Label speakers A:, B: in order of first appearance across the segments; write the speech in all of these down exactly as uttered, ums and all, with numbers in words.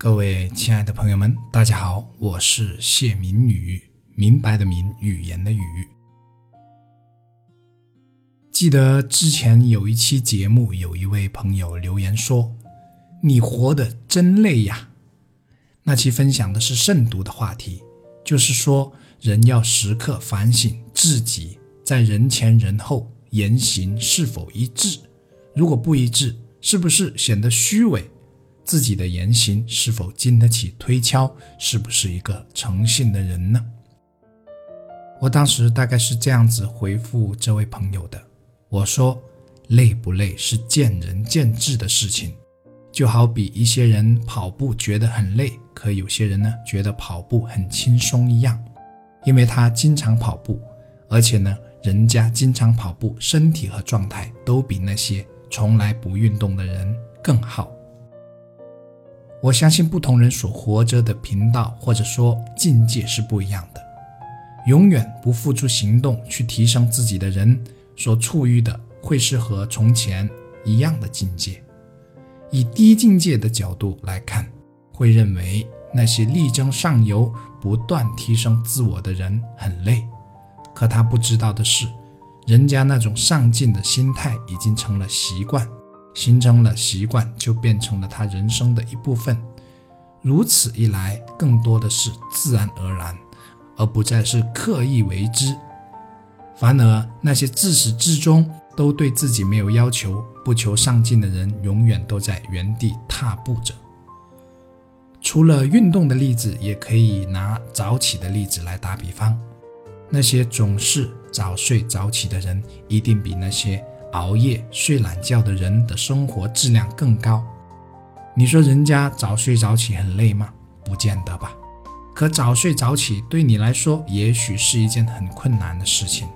A: 各位亲爱的朋友们，大家好，我是谢明宇，明白的明，语言的语。记得之前有一期节目，有一位朋友留言说，你活得真累呀。那期分享的是慎独的话题，就是说人要时刻反省自己在人前人后言行是否一致，如果不一致，是不是显得虚伪，自己的言行是否经得起推敲，是不是一个诚信的人呢？我当时大概是这样子回复这位朋友的，我说累不累是见仁见智的事情，就好比一些人跑步觉得很累，可有些人呢觉得跑步很轻松一样，因为他经常跑步，而且呢人家经常跑步，身体和状态都比那些从来不运动的人更好。我相信不同人所活着的频道或者说境界是不一样的，永远不付出行动去提升自己的人所处于的会是和从前一样的境界。以低境界的角度来看，会认为那些力争上游不断提升自我的人很累，可他不知道的是，人家那种上进的心态已经成了习惯，形成了习惯就变成了他人生的一部分，如此一来更多的是自然而然，而不再是刻意为之。反而那些自始至终都对自己没有要求，不求上进的人永远都在原地踏步着。除了运动的例子，也可以拿早起的例子来打比方，那些总是早睡早起的人一定比那些熬夜睡懒觉的人的生活质量更高。你说人家早睡早起很累吗？不见得吧。可早睡早起对你来说也许是一件很困难的事情。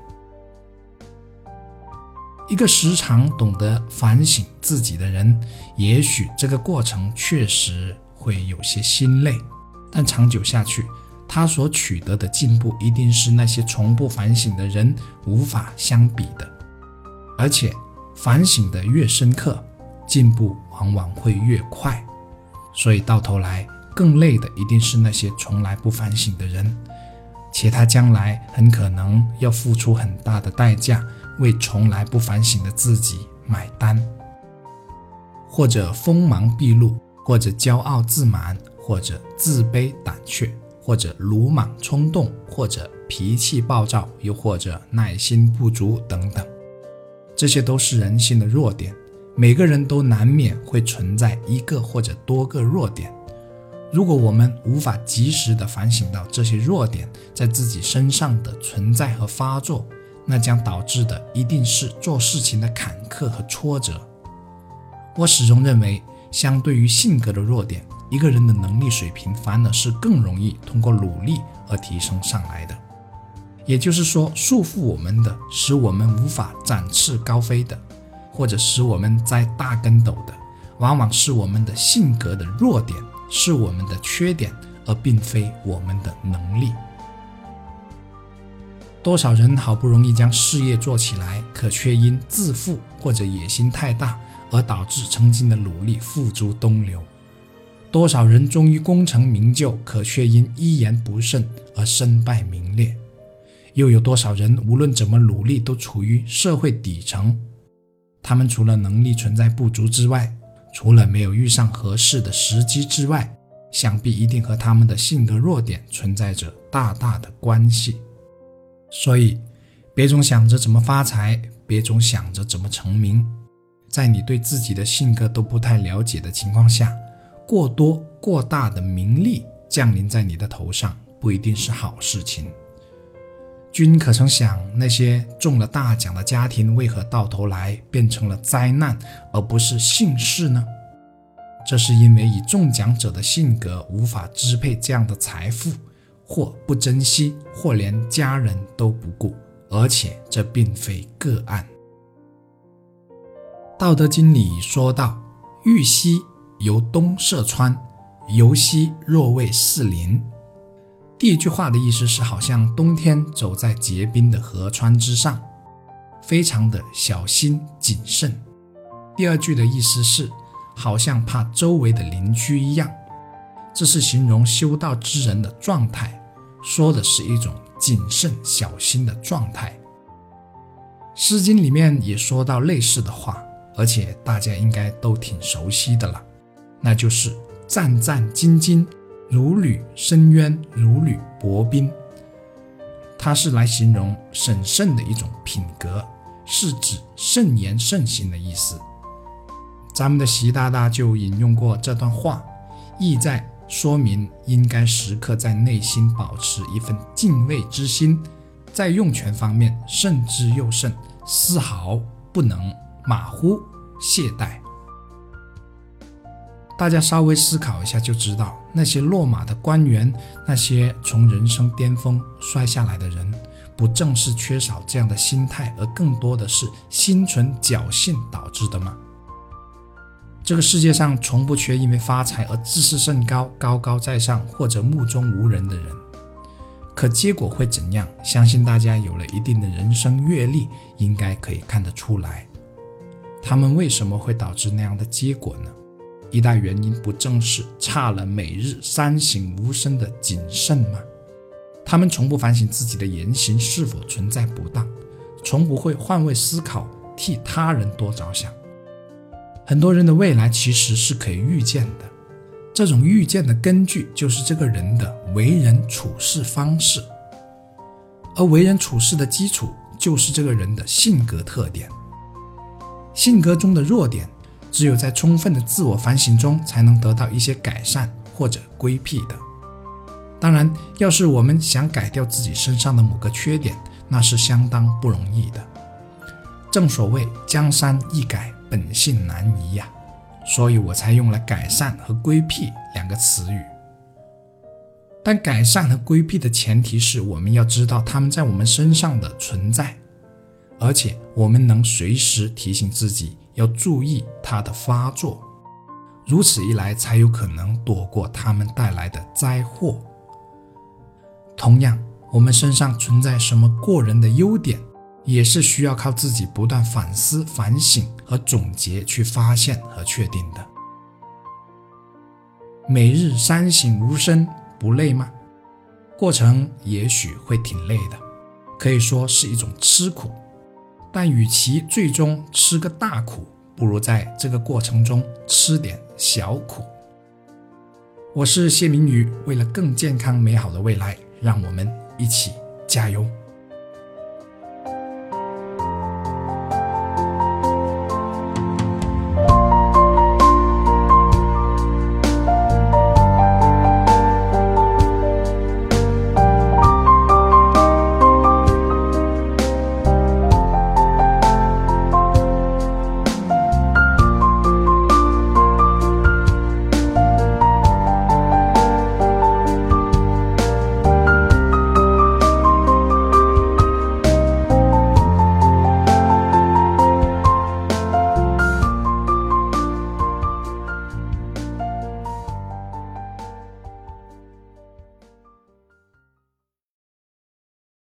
A: 一个时常懂得反省自己的人，也许这个过程确实会有些心累，但长久下去，他所取得的进步一定是那些从不反省的人无法相比的。而且反省的越深刻，进步往往会越快，所以到头来更累的一定是那些从来不反省的人，且他将来很可能要付出很大的代价，为从来不反省的自己买单。或者锋芒毕露，或者骄傲自满，或者自卑胆怯，或者鲁莽冲动，或者脾气暴躁，又或者耐心不足等等，这些都是人性的弱点，每个人都难免会存在一个或者多个弱点。如果我们无法及时地反省到这些弱点在自己身上的存在和发作，那将导致的一定是做事情的坎坷和挫折。我始终认为，相对于性格的弱点，一个人的能力水平反而是更容易通过努力而提升上来的。也就是说，束缚我们的，使我们无法展翅高飞的，或者使我们栽大跟斗的，往往是我们的性格的弱点，是我们的缺点，而并非我们的能力。多少人好不容易将事业做起来，可却因自负或者野心太大，而导致曾经的努力付诸东流。多少人终于功成名就，可却因一言不慎而身败名裂。又有多少人无论怎么努力都处于社会底层，他们除了能力存在不足之外，除了没有遇上合适的时机之外，想必一定和他们的性格弱点存在着大大的关系。所以别总想着怎么发财，别总想着怎么成名，在你对自己的性格都不太了解的情况下，过多过大的名利降临在你的头上，不一定是好事情。君可曾想，那些中了大奖的家庭为何到头来变成了灾难，而不是幸事呢？这是因为以中奖者的性格无法支配这样的财富，或不珍惜，或连家人都不顾，而且这并非个案。道德经里说道，欲兮由东涉川，犹兮若未四邻。第一句话的意思是，好像冬天走在结冰的河川之上，非常的小心谨慎。第二句的意思是，好像怕周围的邻居一样， 这是形容修道之人的状态，说的是一种谨慎小心的状态。诗经里面也说到类似的话，而且大家应该都挺熟悉的了，那就是战战兢兢，如履深渊，如履薄冰。它是来形容审慎的一种品格，是指慎言慎行的意思。咱们的习大大就引用过这段话，意在说明应该时刻在内心保持一份敬畏之心，在用权方面慎之又慎，丝毫不能马虎懈怠。大家稍微思考一下就知道，那些落马的官员，那些从人生巅峰摔下来的人，不正是缺少这样的心态，而更多的是心存侥幸导致的吗？这个世界上从不缺因为发财而自视甚高、高高在上或者目中无人的人，可结果会怎样？相信大家有了一定的人生阅历，应该可以看得出来。他们为什么会导致那样的结果呢？一大原因不正是差了每日三省吾身的谨慎吗？他们从不反省自己的言行是否存在不当，从不会换位思考，替他人多着想。很多人的未来其实是可以预见的，这种预见的根据就是这个人的为人处事方式，而为人处事的基础就是这个人的性格特点。性格中的弱点，只有在充分的自我反省中才能得到一些改善或者规避的。当然，要是我们想改掉自己身上的某个缺点，那是相当不容易的。正所谓江山易改，本性难移呀，所以我才用了改善和规避两个词语。但改善和规避的前提是我们要知道它们在我们身上的存在，而且我们能随时提醒自己要注意它的发作，如此一来才有可能躲过它们带来的灾祸。同样，我们身上存在什么过人的优点，也是需要靠自己不断反思、反省和总结去发现和确定的。每日三省吾身不累吗？过程也许会挺累的，可以说是一种吃苦，但与其最终吃个大苦，不如在这个过程中吃点小苦。我是谢明宇，为了更健康美好的未来，让我们一起加油。